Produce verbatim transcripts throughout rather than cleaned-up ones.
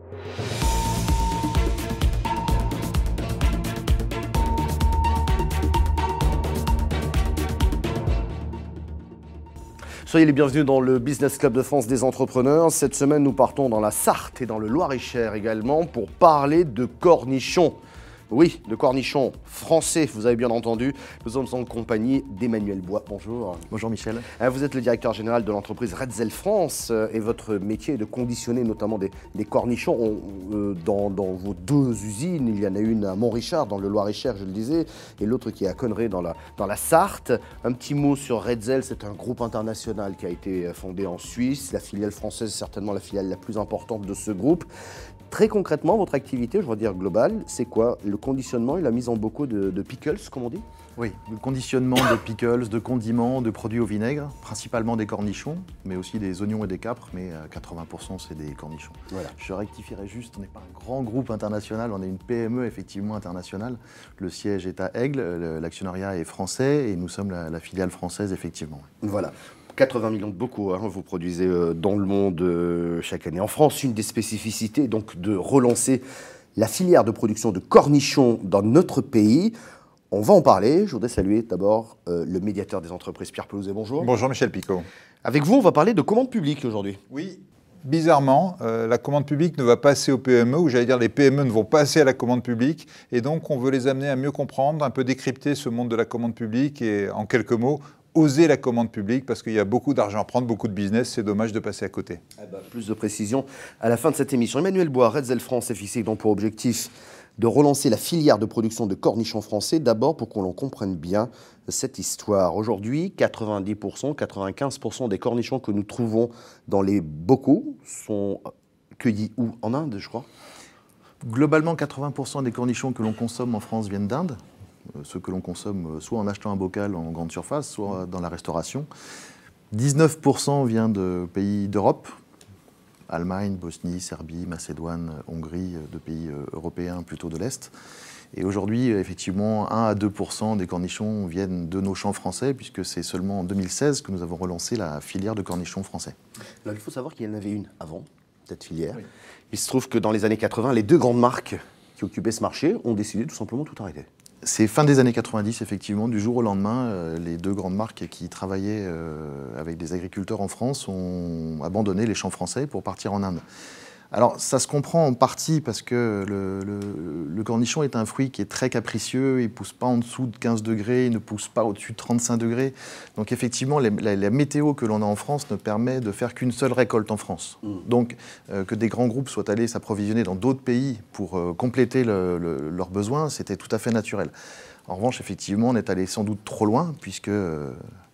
Soyez les bienvenus dans le Business Club de France des entrepreneurs. Cette semaine, nous partons dans la Sarthe et dans le Loir-et-Cher également pour parler de cornichons. Oui, de cornichons français, vous avez bien entendu. Nous sommes en compagnie d'Emmanuel Bois. Bonjour. Bonjour Michel. Vous êtes le directeur général de l'entreprise Redzel France et votre métier est de conditionner notamment des, des cornichons. On, euh, dans, dans vos deux usines, il y en a une à Montrichard dans le Loir-et-Cher, je le disais, et l'autre qui est à Conneré dans la, dans la Sarthe. Un petit mot sur Redzel, c'est un groupe international qui a été fondé en Suisse. La filiale française est certainement la filiale la plus importante de ce groupe. Très concrètement, votre activité, je vais dire globale, c'est quoi? Le conditionnement et la mise en bocaux de, de pickles, comme on dit? Oui, le conditionnement de pickles, de condiments, de produits au vinaigre, principalement des cornichons, mais aussi des oignons et des capres, mais à quatre-vingts pour cent c'est des cornichons. Voilà. Je rectifierai juste, on n'est pas un grand groupe international, on est une P M E effectivement internationale. Le siège est à Aigle, l'actionnariat est français et nous sommes la, la filiale française effectivement. Voilà. quatre-vingts millions de bocaux, hein, vous produisez euh, dans le monde euh, chaque année. En France, une des spécificités est donc de relancer la filière de production de cornichons dans notre pays. On va en parler. Je voudrais saluer d'abord euh, le médiateur des entreprises, Pierre Pelouzet. Bonjour. Bonjour Michel Picot. Avec vous, on va parler de commande publique aujourd'hui. Oui. Bizarrement, euh, la commande publique ne va pas assez aux P M E, ou j'allais dire les P M E ne vont pas assez à la commande publique, et donc on veut les amener à mieux comprendre, un peu décrypter ce monde de la commande publique et en quelques mots, oser la commande publique parce qu'il y a beaucoup d'argent à prendre, beaucoup de business, c'est dommage de passer à côté. Eh ben, plus de précision à la fin de cette émission. Emmanuel Bois, Redzel France est fixé donc pour objectif de relancer la filière de production de cornichons français, d'abord pour qu'on en comprenne bien cette histoire. Aujourd'hui, quatre-vingt-dix pour cent, quatre-vingt-quinze pour cent des cornichons que nous trouvons dans les bocaux sont cueillis où? En Inde, je crois. Globalement, quatre-vingts pour cent des cornichons que l'on consomme en France viennent d'Inde. Ceux que l'on consomme soit en achetant un bocal en grande surface, soit dans la restauration. dix-neuf pour cent vient de pays d'Europe, Allemagne, Bosnie, Serbie, Macédoine, Hongrie, de pays européens plutôt de l'Est. Et aujourd'hui, effectivement, un à deux pour cent des cornichons viennent de nos champs français, puisque c'est seulement en deux mille seize que nous avons relancé la filière de cornichons français. Alors, il faut savoir qu'il y en avait une avant, cette filière. Oui. Il se trouve que dans les années quatre-vingts, les deux grandes marques qui occupaient ce marché ont décidé tout simplement de tout arrêter. C'est fin des années quatre-vingt-dix, effectivement, du jour au lendemain, euh, les deux grandes marques qui travaillaient euh, avec des agriculteurs en France ont abandonné les champs français pour partir en Inde. Alors, ça se comprend en partie parce que le, le, le cornichon est un fruit qui est très capricieux, il ne pousse pas en dessous de quinze degrés, il ne pousse pas au-dessus de trente-cinq degrés. Donc, effectivement, les, la, la météo que l'on a en France ne permet de faire qu'une seule récolte en France. Mmh. Donc, euh, que des grands groupes soient allés s'approvisionner dans d'autres pays pour euh, compléter le, le, leurs besoins, c'était tout à fait naturel. En revanche, effectivement, on est allé sans doute trop loin puisque... Euh,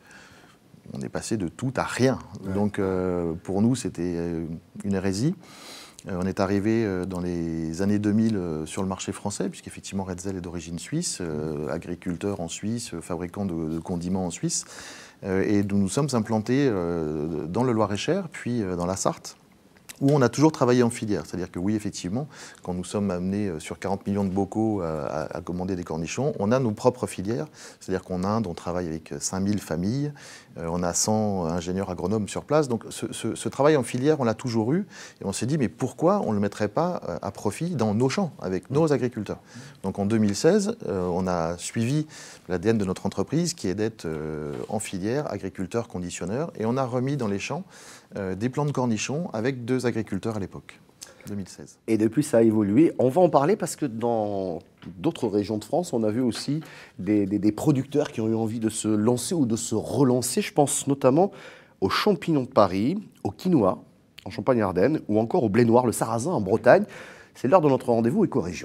on est passé de tout à rien. Ouais. Donc, euh, pour nous, c'était une hérésie. Euh, on est arrivé euh, dans les années deux mille euh, sur le marché français, puisqu'effectivement Redzel est d'origine suisse, euh, agriculteur en Suisse, fabricant de, de condiments en Suisse. Euh, et nous nous sommes implantés euh, dans le Loir-et-Cher, puis euh, dans la Sarthe, où on a toujours travaillé en filière. C'est-à-dire que oui, effectivement, quand nous sommes amenés sur quarante millions de bocaux à, à, à commander des cornichons, on a nos propres filières. C'est-à-dire qu'en Inde, on travaille avec cinq mille familles, euh, on a cent ingénieurs agronomes sur place. Donc ce, ce, ce travail en filière, on l'a toujours eu. Et on s'est dit, mais pourquoi on ne le mettrait pas à profit dans nos champs, avec nos agriculteurs? Donc en deux mille seize, euh, on a suivi l'A D N de notre entreprise, qui est d'être euh, en filière, agriculteur, conditionneur. Et on a remis dans les champs euh, des plants de cornichons avec deux agriculteurs à l'époque, deux mille seize. Et depuis, ça a évolué. On va en parler parce que dans d'autres régions de France, on a vu aussi des, des, des producteurs qui ont eu envie de se lancer ou de se relancer. Je pense notamment aux champignons de Paris, au quinoa, en Champagne-Ardenne, ou encore au blé noir, le sarrasin, en Bretagne. C'est l'heure de notre rendez-vous éco-région.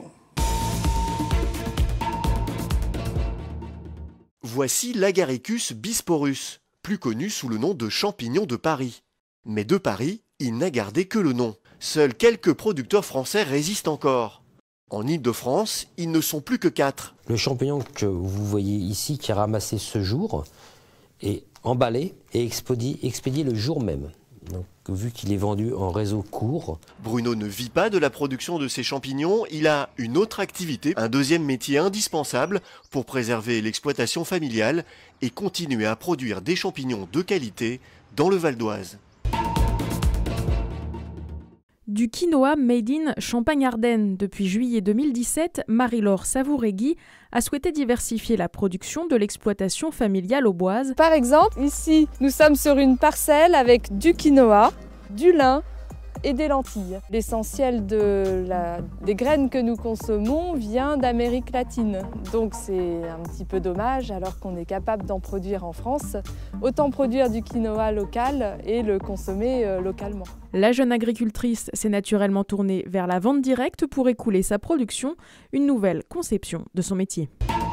Voici l'Agaricus bisporus, plus connu sous le nom de champignon de Paris. Mais de Paris, il n'a gardé que le nom. Seuls quelques producteurs français résistent encore. En Île-de-France, ils ne sont plus que quatre. Le champignon que vous voyez ici, qui est ramassé ce jour, est emballé et expédié, expédié le jour même. Donc, vu qu'il est vendu en réseau court. Bruno ne vit pas de la production de ces champignons, il a une autre activité, un deuxième métier indispensable pour préserver l'exploitation familiale et continuer à produire des champignons de qualité dans le Val d'Oise. Du quinoa made in Champagne-Ardenne. Depuis juillet deux mille dix-sept, Marie-Laure Savouregui a souhaité diversifier la production de l'exploitation familiale auboise. Par exemple, ici, nous sommes sur une parcelle avec du quinoa, du lin et des lentilles. L'essentiel de la, des graines que nous consommons vient d'Amérique latine. Donc c'est un petit peu dommage, alors qu'on est capable d'en produire en France, autant produire du quinoa local et le consommer euh, localement. La jeune agricultrice s'est naturellement tournée vers la vente directe pour écouler sa production, une nouvelle conception de son métier.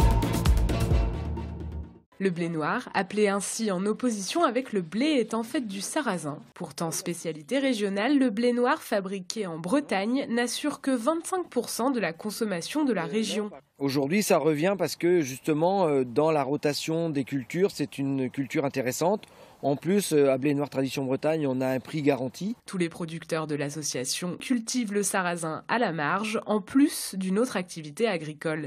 Le blé noir, appelé ainsi en opposition avec le blé, est en fait du sarrasin. Pourtant spécialité régionale, le blé noir fabriqué en Bretagne n'assure que vingt-cinq pour cent de la consommation de la région. Aujourd'hui, ça revient parce que justement, dans la rotation des cultures, c'est une culture intéressante. En plus, à Blé Noir Tradition Bretagne, on a un prix garanti. Tous les producteurs de l'association cultivent le sarrasin à la marge, en plus d'une autre activité agricole.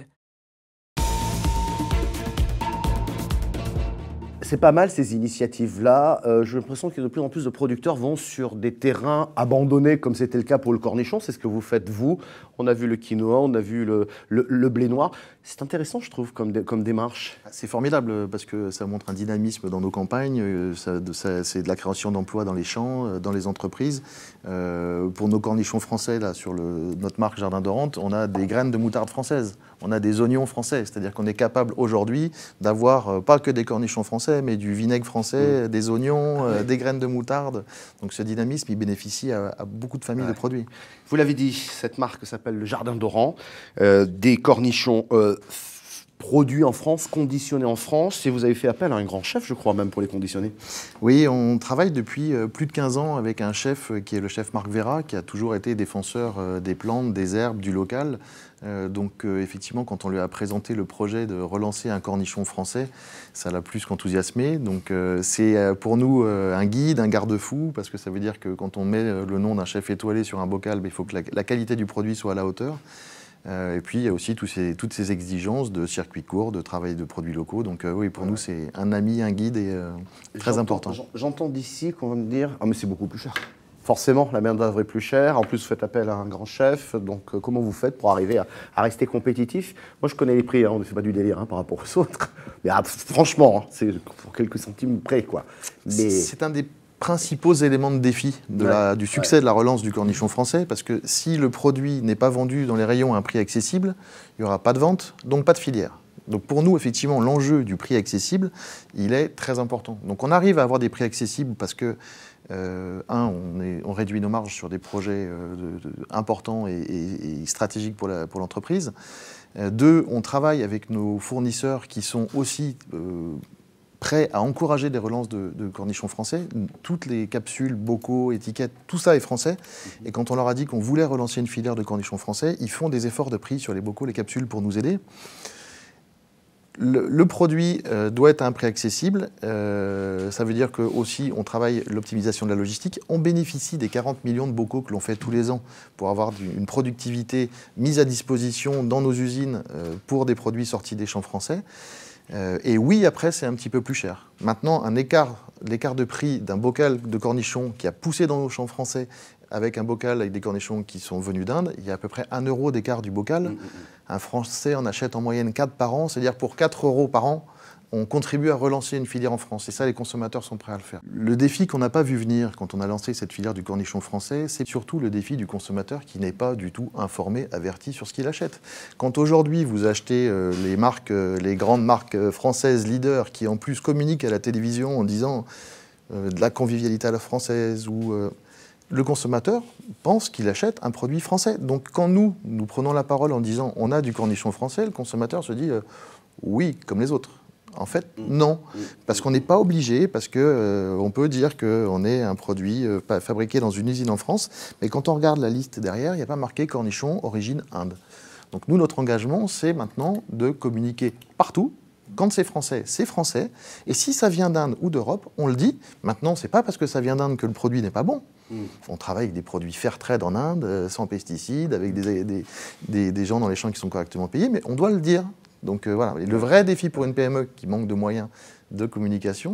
C'est pas mal ces initiatives-là. Euh, J'ai l'impression que de plus en plus de producteurs vont sur des terrains abandonnés, comme c'était le cas pour le cornichon. C'est ce que vous faites, vous. On a vu le quinoa, on a vu le, le, le blé noir. C'est intéressant, je trouve, comme, dé, comme démarche. C'est formidable parce que ça montre un dynamisme dans nos campagnes. Ça, ça, c'est de la création d'emplois dans les champs, dans les entreprises. Euh, pour nos cornichons français, là, sur le, notre marque Jardin d'Orantes, on a des graines de moutarde françaises. On a des oignons français. C'est-à-dire qu'on est capable aujourd'hui d'avoir euh, pas que des cornichons français, mais du vinaigre français, mmh. des oignons, euh, des graines de moutarde. Donc ce dynamisme, il bénéficie à, à beaucoup de familles ouais. de produits. Vous l'avez dit, cette marque s'appelle le Jardin d'Oran. Euh, des cornichons euh, produits en France, conditionnés en France. Et vous avez fait appel à un grand chef, je crois, même pour les conditionner. Oui, on travaille depuis euh, plus de quinze ans avec un chef euh, qui est le chef Marc Vera, qui a toujours été défenseur euh, des plantes, des herbes, du local. Euh, donc euh, effectivement, quand on lui a présenté le projet de relancer un cornichon français, ça l'a plus qu'enthousiasmé. Donc euh, c'est euh, pour nous euh, un guide, un garde-fou, parce que ça veut dire que quand on met euh, le nom d'un chef étoilé sur un bocal, bah, il faut que la, la qualité du produit soit à la hauteur. Euh, et puis il y a aussi tous ces, toutes ces exigences de circuit court, de travail de produits locaux. Donc euh, oui, pour ouais. nous c'est un ami, un guide et euh, très important. J'entends d'ici qu'on va me dire « Ah mais c'est beaucoup plus cher ». Forcément, la main-d'œuvre est plus chère. En plus, vous faites appel à un grand chef. Donc, euh, comment vous faites pour arriver à, à rester compétitif? Moi, je connais les prix. Hein, on ne fait pas du délire hein, par rapport aux autres. Mais ah, franchement, hein, c'est pour quelques centimes près, quoi. Mais... C'est un des principaux éléments de défi de ouais. la, du succès ouais. de la relance du cornichon français. Parce que si le produit n'est pas vendu dans les rayons à un prix accessible, il n'y aura pas de vente, donc pas de filière. Donc pour nous, effectivement, l'enjeu du prix accessible, il est très important. Donc on arrive à avoir des prix accessibles parce que Euh, un, on, est, on réduit nos marges sur des projets euh, de, de, importants et, et, et stratégiques pour, la, pour l'entreprise. Euh, deux, on travaille avec nos fournisseurs qui sont aussi euh, prêts à encourager des relances de, de cornichons français. Toutes les capsules, bocaux, étiquettes, tout ça est français. Et quand on leur a dit qu'on voulait relancer une filière de cornichons français, ils font des efforts de prix sur les bocaux, les capsules pour nous aider. Le, le produit euh, doit être à un prix accessible. Euh, ça veut dire que aussi on travaille l'optimisation de la logistique. On bénéficie des quarante millions de bocaux que l'on fait tous les ans pour avoir du, une productivité mise à disposition dans nos usines euh, pour des produits sortis des champs français. Euh, et oui, après, c'est un petit peu plus cher. Maintenant, un écart, l'écart de prix d'un bocal de cornichons qui a poussé dans nos champs français avec un bocal avec des cornichons qui sont venus d'Inde, il y a à peu près un euro d'écart du bocal. Mmh, mmh. Un Français en achète en moyenne quatre par an, c'est-à-dire pour quatre euros par an, on contribue à relancer une filière en France. Et ça, les consommateurs sont prêts à le faire. Le défi qu'on n'a pas vu venir quand on a lancé cette filière du cornichon français, c'est surtout le défi du consommateur qui n'est pas du tout informé, averti sur ce qu'il achète. Quand aujourd'hui, vous achetez euh, les marques, euh, les grandes marques françaises leaders qui en plus communiquent à la télévision en disant euh, de la convivialité à la française ou... Euh, le consommateur pense qu'il achète un produit français. Donc quand nous, nous prenons la parole en disant on a du cornichon français, le consommateur se dit euh, oui, comme les autres. En fait, non. Parce qu'on n'est pas obligé, parce qu'on euh, peut dire qu'on est un produit euh, fabriqué dans une usine en France, mais quand on regarde la liste derrière, il n'y a pas marqué cornichon origine Inde. Donc nous, notre engagement, c'est maintenant de communiquer partout. Quand c'est français, c'est français. Et si ça vient d'Inde ou d'Europe, on le dit. Maintenant, ce n'est pas parce que ça vient d'Inde que le produit n'est pas bon. Mmh. On travaille avec des produits fair trade en Inde, euh, sans pesticides, avec des, des, des, des gens dans les champs qui sont correctement payés, mais on doit le dire. Donc euh, voilà. Et le vrai défi pour une P M E qui manque de moyens de communication,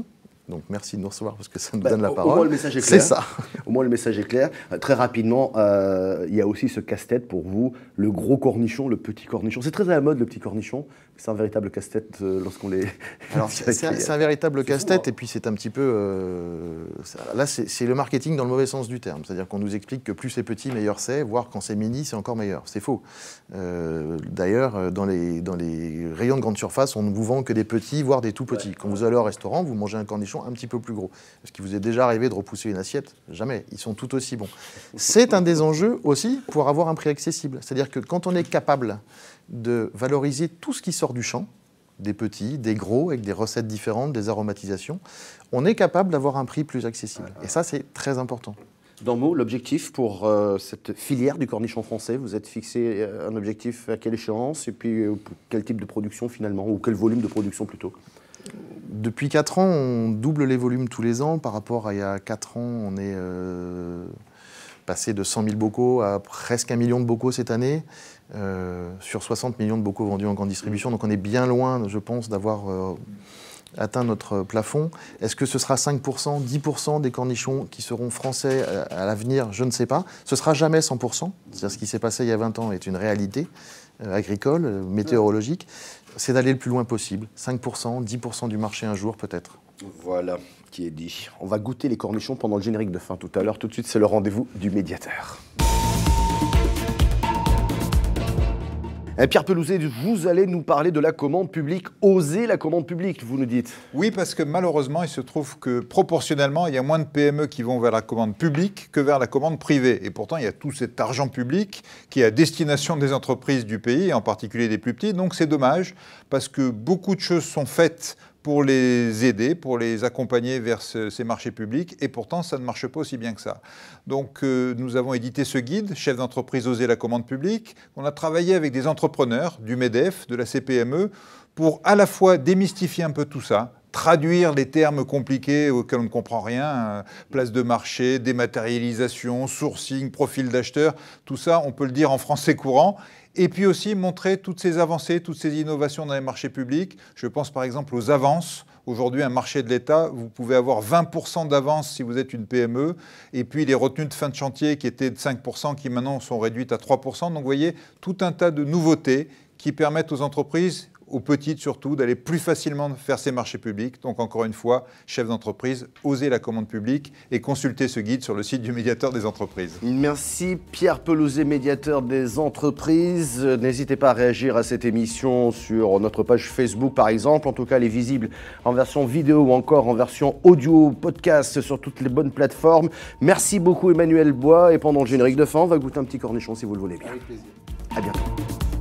Donc merci de nous recevoir parce que ça nous bah, donne la au, parole. Au moins le message est clair. C'est ça. Au moins le message est clair. Euh, très rapidement, euh, il y a aussi ce casse-tête pour vous, le gros cornichon, le petit cornichon. C'est très à la mode le petit cornichon. C'est un véritable casse-tête euh, lorsqu'on les... Alors c'est un, un véritable casse-tête fou, hein. Et puis c'est un petit peu... Euh, ça, là c'est le marketing dans le mauvais sens du terme. C'est-à-dire qu'on nous explique que plus c'est petit, meilleur c'est, voire quand c'est mini, c'est encore meilleur. C'est faux. Euh, D'ailleurs, dans les, dans les rayons de grande surface, on ne vous vend que des petits, voire des tout petits. Ouais. Quand vous allez au restaurant, vous mangez un cornichon un petit peu plus gros. Est-ce qu'il vous est déjà arrivé de repousser une assiette? Jamais. Ils sont tout aussi bons. C'est un des enjeux aussi pour avoir un prix accessible. C'est-à-dire que quand on est capable de valoriser tout ce qui sort du champ, des petits, des gros, avec des recettes différentes, des aromatisations, on est capable d'avoir un prix plus accessible. Et ça, c'est très important. D'un mot, l'objectif pour euh, cette filière du cornichon français, vous êtes fixé euh, un objectif à quelle échéance et puis euh, quel type de production finalement, ou quel volume de production plutôt? Depuis quatre ans, on double les volumes tous les ans. Par rapport à il y a quatre ans, on est euh, passé de cent mille bocaux à presque un million de bocaux cette année, euh, sur soixante millions de bocaux vendus en grande distribution. Donc on est bien loin, je pense, d'avoir euh, atteint notre plafond. Est-ce que ce sera cinq pour cent, dix pour cent des cornichons qui seront français à, à l'avenir? Je ne sais pas. Ce ne sera jamais cent pour cent. C'est-à-dire ce qui s'est passé il y a vingt ans est une réalité euh, agricole, euh, météorologique. C'est d'aller le plus loin possible. cinq pour cent, dix pour cent du marché un jour peut-être. Voilà qui est dit. On va goûter les cornichons pendant le générique de fin tout à l'heure. Tout de suite, c'est le rendez-vous du médiateur. Et Pierre Pelouzet, vous allez nous parler de la commande publique. Osez la commande publique, vous nous dites. Oui, parce que malheureusement, il se trouve que proportionnellement, il y a moins de P M E qui vont vers la commande publique que vers la commande privée. Et pourtant, il y a tout cet argent public qui est à destination des entreprises du pays, en particulier des plus petites. Donc c'est dommage, parce que beaucoup de choses sont faites pour les aider, pour les accompagner vers ce, ces marchés publics, et pourtant ça ne marche pas aussi bien que ça. Donc euh, nous avons édité ce guide, chef d'entreprise Oser la commande publique. On a travaillé avec des entrepreneurs du MEDEF, de la C P M E, pour à la fois démystifier un peu tout ça, traduire les termes compliqués auxquels on ne comprend rien, euh, place de marché, dématérialisation, sourcing, profil d'acheteur, tout ça on peut le dire en français courant. Et puis aussi montrer toutes ces avancées, toutes ces innovations dans les marchés publics. Je pense par exemple aux avances. Aujourd'hui, un marché de l'État, vous pouvez avoir vingt pour cent d'avance si vous êtes une P M E. Et puis les retenues de fin de chantier qui étaient de cinq pour cent, qui maintenant sont réduites à trois pour cent. Donc vous voyez, tout un tas de nouveautés qui permettent aux entreprises, aux petites surtout, d'aller plus facilement faire ces marchés publics. Donc encore une fois, chef d'entreprise, osez la commande publique et consultez ce guide sur le site du médiateur des entreprises. Merci Pierre Pelouzet, médiateur des entreprises. N'hésitez pas à réagir à cette émission sur notre page Facebook par exemple. En tout cas, elle est visible en version vidéo ou encore en version audio, podcast sur toutes les bonnes plateformes. Merci beaucoup Emmanuel Bois. Et pendant le générique de fin, on va goûter un petit cornichon si vous le voulez bien. Avec plaisir. À bientôt.